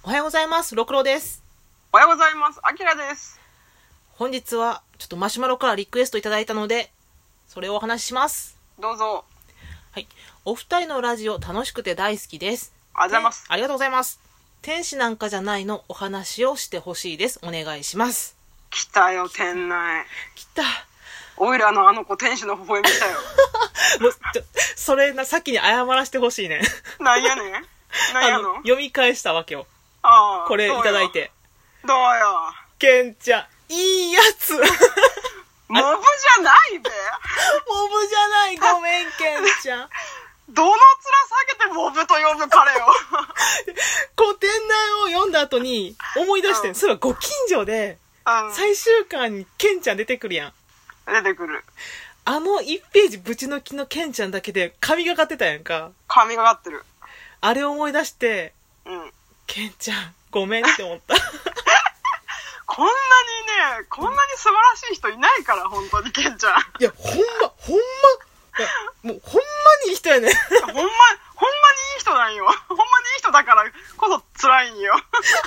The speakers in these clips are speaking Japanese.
おはようございます。ろくろです。 おはようございます。あきらです。 本日はちょっとマシュマロからリクエストいただいたので、それをお話しします。 どうぞ。 はい。お二人のラジオ楽しくて大好きです。 ありがとうございます。 ありがとうございます。天使なんかじゃないのお話をしてほしいです。お願いします。 来たよ、店内。 来た。 おいらのあの子天使の微笑みしたよ。 もうそれな、先に謝らせてほしいね。 なんやねん。なんやの読み返したわけよ。 ああ。 これいただいて。 どうよ。 ケンちゃん、いいやつ。 モブじゃないべ。 モブじゃない。ごめん、ケンちゃん。 どの面下げてモブと呼ぶ彼よ。 こう店内を読んだ後に思い出してん、それはご近所で、最終巻にケンちゃん出てくるやん。 出てくる。 あの1ページぶち抜きのケンちゃんだけで神がかってたやんか。 神がかってる。 あれを思い出して、ケンちゃんごめんって思った。 こんなに素晴らしい人いないから、本当にケンちゃん。 いや、ほんまもうほんまにいい人やね。 ほんまにいい人なんよ。ほんまにいい人だからこそ辛いんよ。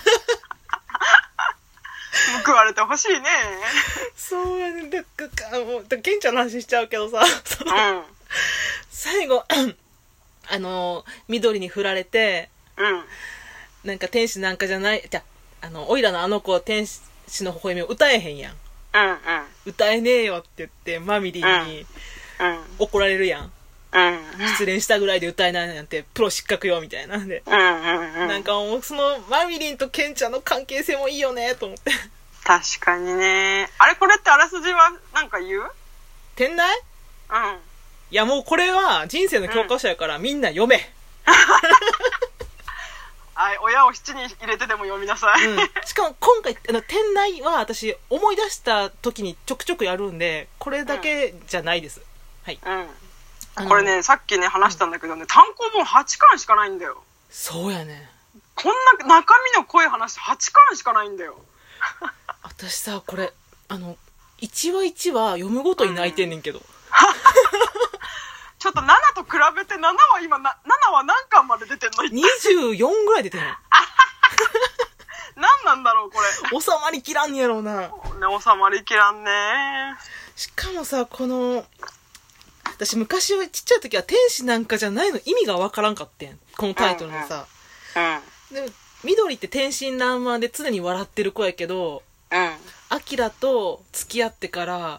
報われてほしいね。 そうやね。ケンちゃんの話しちゃうけどさ、最後緑に振られて、なんか天使なんかじゃない、おいらのあの子天使の微笑みを歌えへんやん。歌えねえよって言ってマミリンに怒られるやん。失恋したぐらいで歌えないなんてプロ失格よみたいなんで、なんかもうそのマミリンとケンちゃんの関係性もいいよねと思って。 確かにね。あれ、これってあらすじはなんか言う？ 店内？いやもうこれは人生の教科書やからみんな読め。 はい、親を七に入れてでも読みなさい。 しかも今回店内は私思い出した時にちょくちょくやるんで、これだけじゃないです。はい。 これね、さっきね話したんだけどね、単行本8巻しかないんだよ。 そうやね。 こんな中身の濃い話8巻しかないんだよ。 私さ、これ1話1話読むごとに泣いてんねんけど。 ちょっと7と比べて7は今7は何巻まで出てんの ？24ぐらい出てんの。 何なんだろうこれ。 収まりきらんやろうな。 ね、収まりきらんね。 しかもさ、私昔はちっちゃい時は天使なんかじゃないの意味がわからんかってん。このタイトルのさ。で緑って天真爛漫で常に笑ってる子やけど、アキラと付き合ってから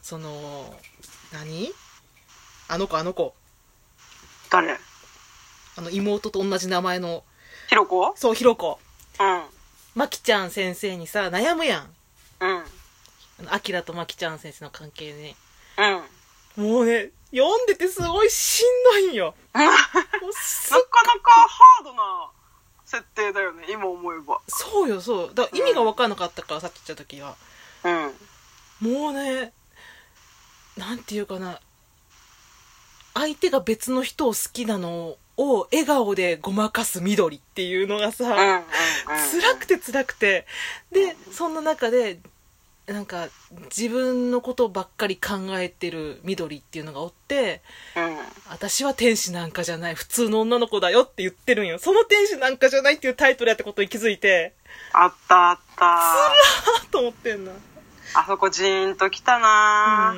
あの子誰？ 妹と同じ名前のひろこ？ そう、ひろこ。まきちゃん先生にさ悩むやん。アキラとまきちゃん先生の関係ね。もうね、読んでてすごいしんどいんよ。なかなかハードな設定だよね、今思えば。 そうよ、そう。だから意味が分からなかったから、さっき言った時は。もうね、なんていうかな、相手が別の人を好きなのを笑顔でごまかす緑っていうのがさ、辛くて、で、そんな中で、なんか自分のことばっかり考えてる緑っていうのがおって、私は天使なんかじゃない普通の女の子だよって言ってるんよ。その天使なんかじゃないっていうタイトルやってことに気づいて、 あったつらーと思ってんな。 あそこジーンときたな、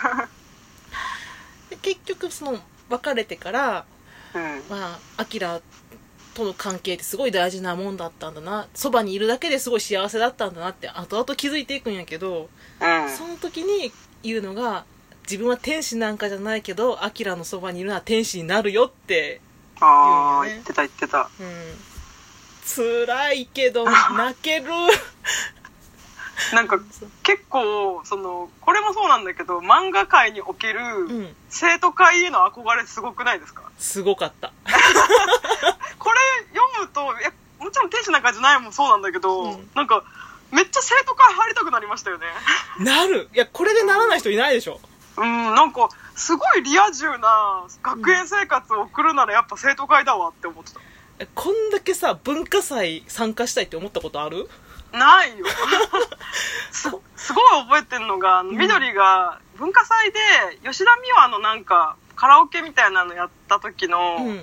で結局別れてから、アキラとの関係ってすごい大事なもんだったんだな、そばにいるだけですごい幸せだったんだなって後々気づいていくんやけど、その時に言うのが、自分は天使なんかじゃないけどアキラのそばにいるのは天使になるよって言うんよね。 言ってた。 辛いけど泣ける。 なんか結構これもそうなんだけど、漫画界における生徒会への憧れすごくないですか？すごかった。 これ読むと、もちろん天使なんかじゃないもそうなんだけど、なんかめっちゃ生徒会入りたくなりましたよね。 なる。いや、これでならない人いないでしょ。 なんかすごいリア充な学園生活を送るならやっぱ生徒会だわって思ってた。 こんだけさ文化祭参加したいって思ったことある？ ないよ。すごい覚えてるのが、緑が文化祭で吉田美和のなんかカラオケみたいなのやった時の、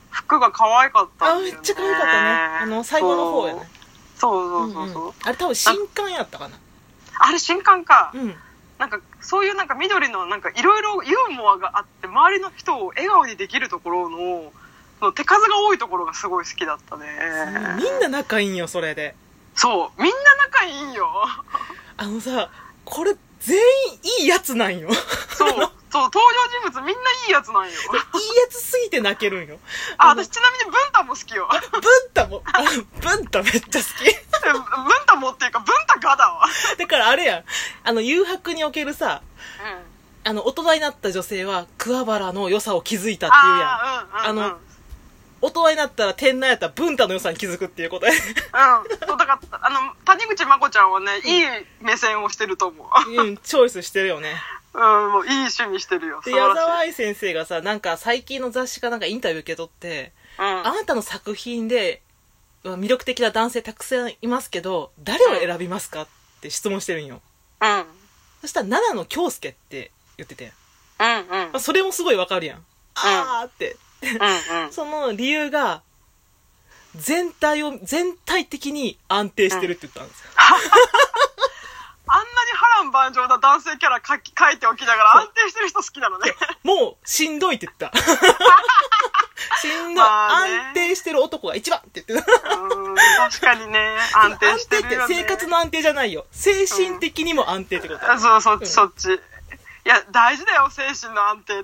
服が可愛かったんだよね。 めっちゃ可愛かったね。最後の方やね。 そう。 あれ多分新刊やったかな。 あれ新刊か。 うん。 なんかそういうなんか緑のなんかいろいろユーモアがあって周りの人を笑顔にできるところの手数が多いところがすごい好きだったね。 みんな仲いいんよ、それで。 そう、みんな仲いいんよ。 さ、これ全員いいやつなんよ。 そう登場人物みんないいやつなんよ。いいやつすぎて泣けるんよ。 私ちなみにブンタも好きよ。 ブンタめっちゃ好き。 ブンタもっていうかブンタガだわ。 だからあれやん、誘白におけるさ、大人になった女性は桑原の良さを気づいたっていうやん。大人になったら天内やったら文太の良さに気づくっていうことや。 そうだから谷口真子ちゃんはね、いい目線をしてると思う。 チョイスしてるよね。 もういい趣味してるよ。 で、矢沢愛先生がさ、なんか最近の雑誌かなんかインタビュー受け取って、あなたの作品で魅力的な男性たくさんいますけど、誰を選びますかって質問してるんよ。そしたら奈良の京介って言ってて、それもすごいわかるやん。って。その理由が全体的に安定してるって言ったんですよ。 あんなに波乱万丈な男性キャラ書いておきながら安定してる人好きなのね。 もうしんどいって言った。しんどい、安定してる男が一番って言ってた。 確かにね、安定してるよね。 安定って生活の安定じゃないよ。精神的にも安定ってこと。 そっち。いや、大事だよ、精神の安定って。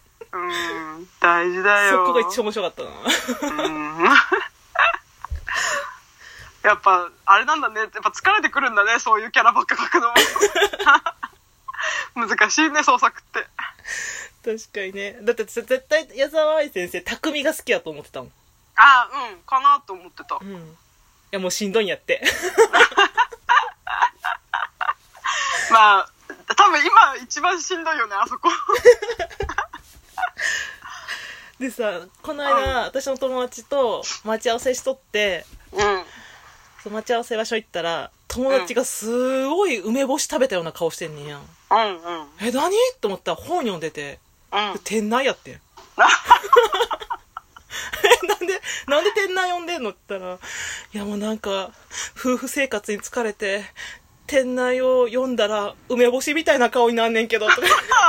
大事だよ。 そこが一番面白かったな。 やっぱあれなんだね、やっぱ疲れてくるんだね、そういうキャラばっか描くのも。難しいね、創作って。 確かにね。だって絶対矢沢愛先生匠が好きやと思ってたもん。 かなと思ってた。 いや、もうしんどいんやって。 まあ多分今一番しんどいよね、あそこ。 でさ、この間、私の友達と待ち合わせしとって、その待ち合わせ場所行ったら友達がすごい梅干し食べたような顔してんねんやん。何と思ったら本読んでて、店内やってん。なんで店内読んでんのって言ったら、いやもうなんか夫婦生活に疲れて店内を読んだら梅干しみたいな顔になんねんけどとか。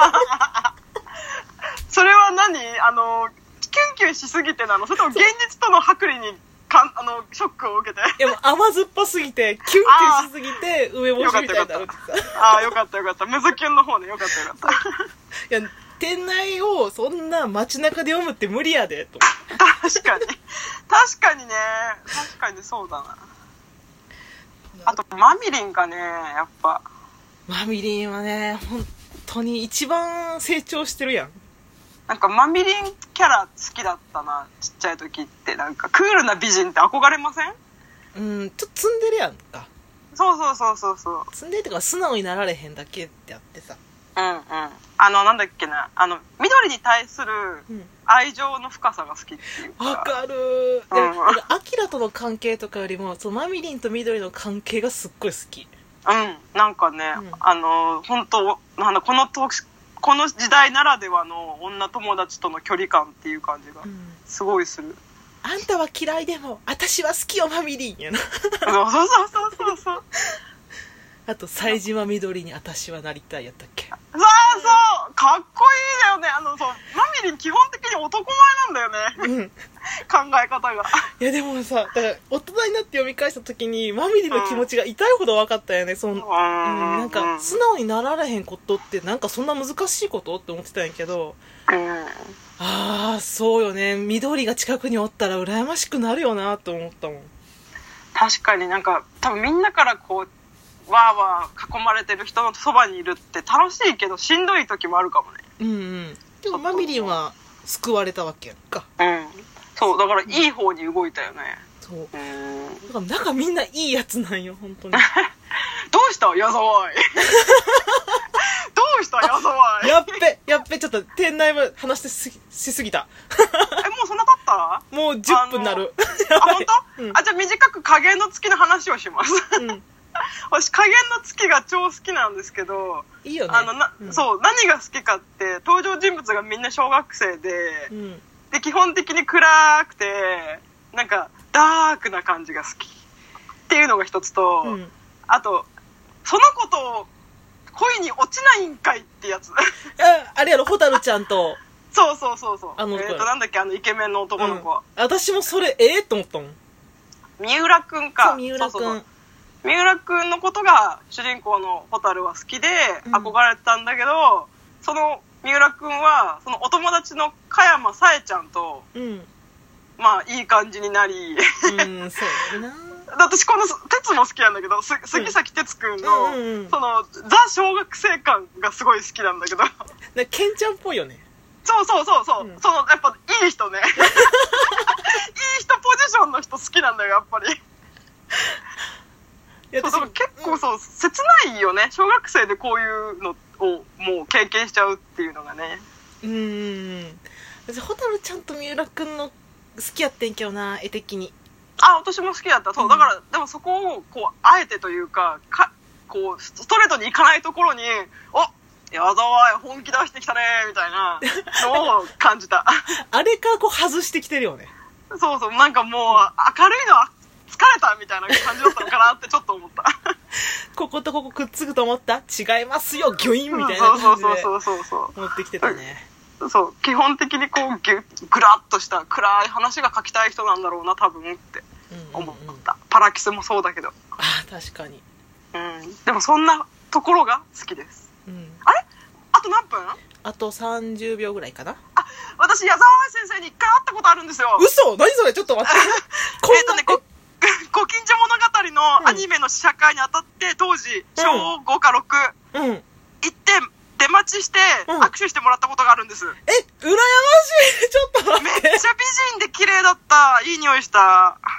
それは何？キュンキュンしすぎてなの？それとも現実との剥離にショックを受けて？ いやもう甘酸っぱすぎてキュンキュンしすぎて梅干しみたいになるってさ。 よかったムズキュンの方ね。よかった。 いや、店内をそんな街中で読むって無理やでと。 確かにね。確かにそうだな。あとマミリンがね、やっぱマミリンはね、本当に一番成長してるやん。 なんかマミリンキャラ好きだったな、ちっちゃい時って。なんかクールな美人って憧れません？ ちょっとツンデレやんか。 そうツンデレってか素直になられへんだけってあってさ。 なんだっけな、緑に対する愛情の深さが好きっていうか。 わかる。アキラとの関係とかよりもマミリンと緑の関係がすっごい好き。 なんかね、本当この時代ならではの女友達との距離感っていう感じがすごいする。 あんたは嫌いでも私は好きよマミリンやな。 そう。 あと冴島緑に私はなりたいやったっけ。 そうかっこいいだよね。マミリン基本的に男前なんだよね。考え方が。いやでもさ、だから大人になって読み返した時にマミリンの気持ちが痛いほど分かったよね。なんか素直になられへんことってなんかそんな難しいことって思ってたんやけど、そうよね。緑が近くにおったら羨ましくなるよなと思ったもん。 確かになんか多分みんなからこうわーわー囲まれてる人のそばにいるって楽しいけどしんどい時もあるかもね。 でもマミリンは救われたわけやんか。 そうだからいい方に動いたよね。 そうだからなんかみんないいやつなんよ本当に。 どうした矢沢愛。どうした矢沢愛。 やっべちょっと店内は話しすぎた。 もうそんな経った？ もう10分なる。 本当？じゃあ短く影の月の話をします。私影の月が超好きなんですけど、 いいよね。 そう何が好きかって登場人物がみんな小学生で、 で基本的に暗くてなんかダークな感じが好きっていうのが一つと、あとその子と恋に落ちないんかいってやつあれやろ、蛍ちゃんとそうなんだっけ、イケメンの男の子、 私もそれと思ったもん。 三浦くんか。 そう、三浦くん。 三浦くんのことが主人公の蛍は好きで憧れてたんだけど、その三浦くんはそのお友達の加山さえちゃんと、まあいい感じになりそうだな。 私この哲も好きなんだけど、杉咲哲くんの、そのザ小学生感がすごい好きなんだけどケンちゃんっぽいよね。 そう、そのやっぱいい人ねいい人ポジションの人好きなんだよやっぱり。結構切ないよね、小学生でこういうのをもう経験しちゃうっていうのがね。 私蛍ちゃんと三浦くんの好きやってんけどな、絵的に。 私も好きだった。そう、だからでもそこをこうあえてというかこうストレートにいかないところに矢沢本気出してきたねみたいなのを感じたあれからこう外してきてるよね。 そう、なんかもう明るいのは疲れたみたいな感じだったのかなってちょっと思ったこことここくっつくと思った？違いますよギュインみたいな感じで持ってきてたね。 そう、基本的にこうグラッとした暗い話が書きたい人なんだろうな多分って思った、パラキスもそうだけど。 確かに。 でもそんなところが好きです。あれあと何分？ あと30秒ぐらいかな。 私矢沢先生に一回会ったことあるんですよ。 嘘？何それ？ちょっと待ってご近所物語のアニメの試写会に当たって、当時小5か6、行って出待ちして握手してもらったことがあるんです。 羨ましい。ちょっと待って。 めっちゃ美人で綺麗だった。いい匂いした。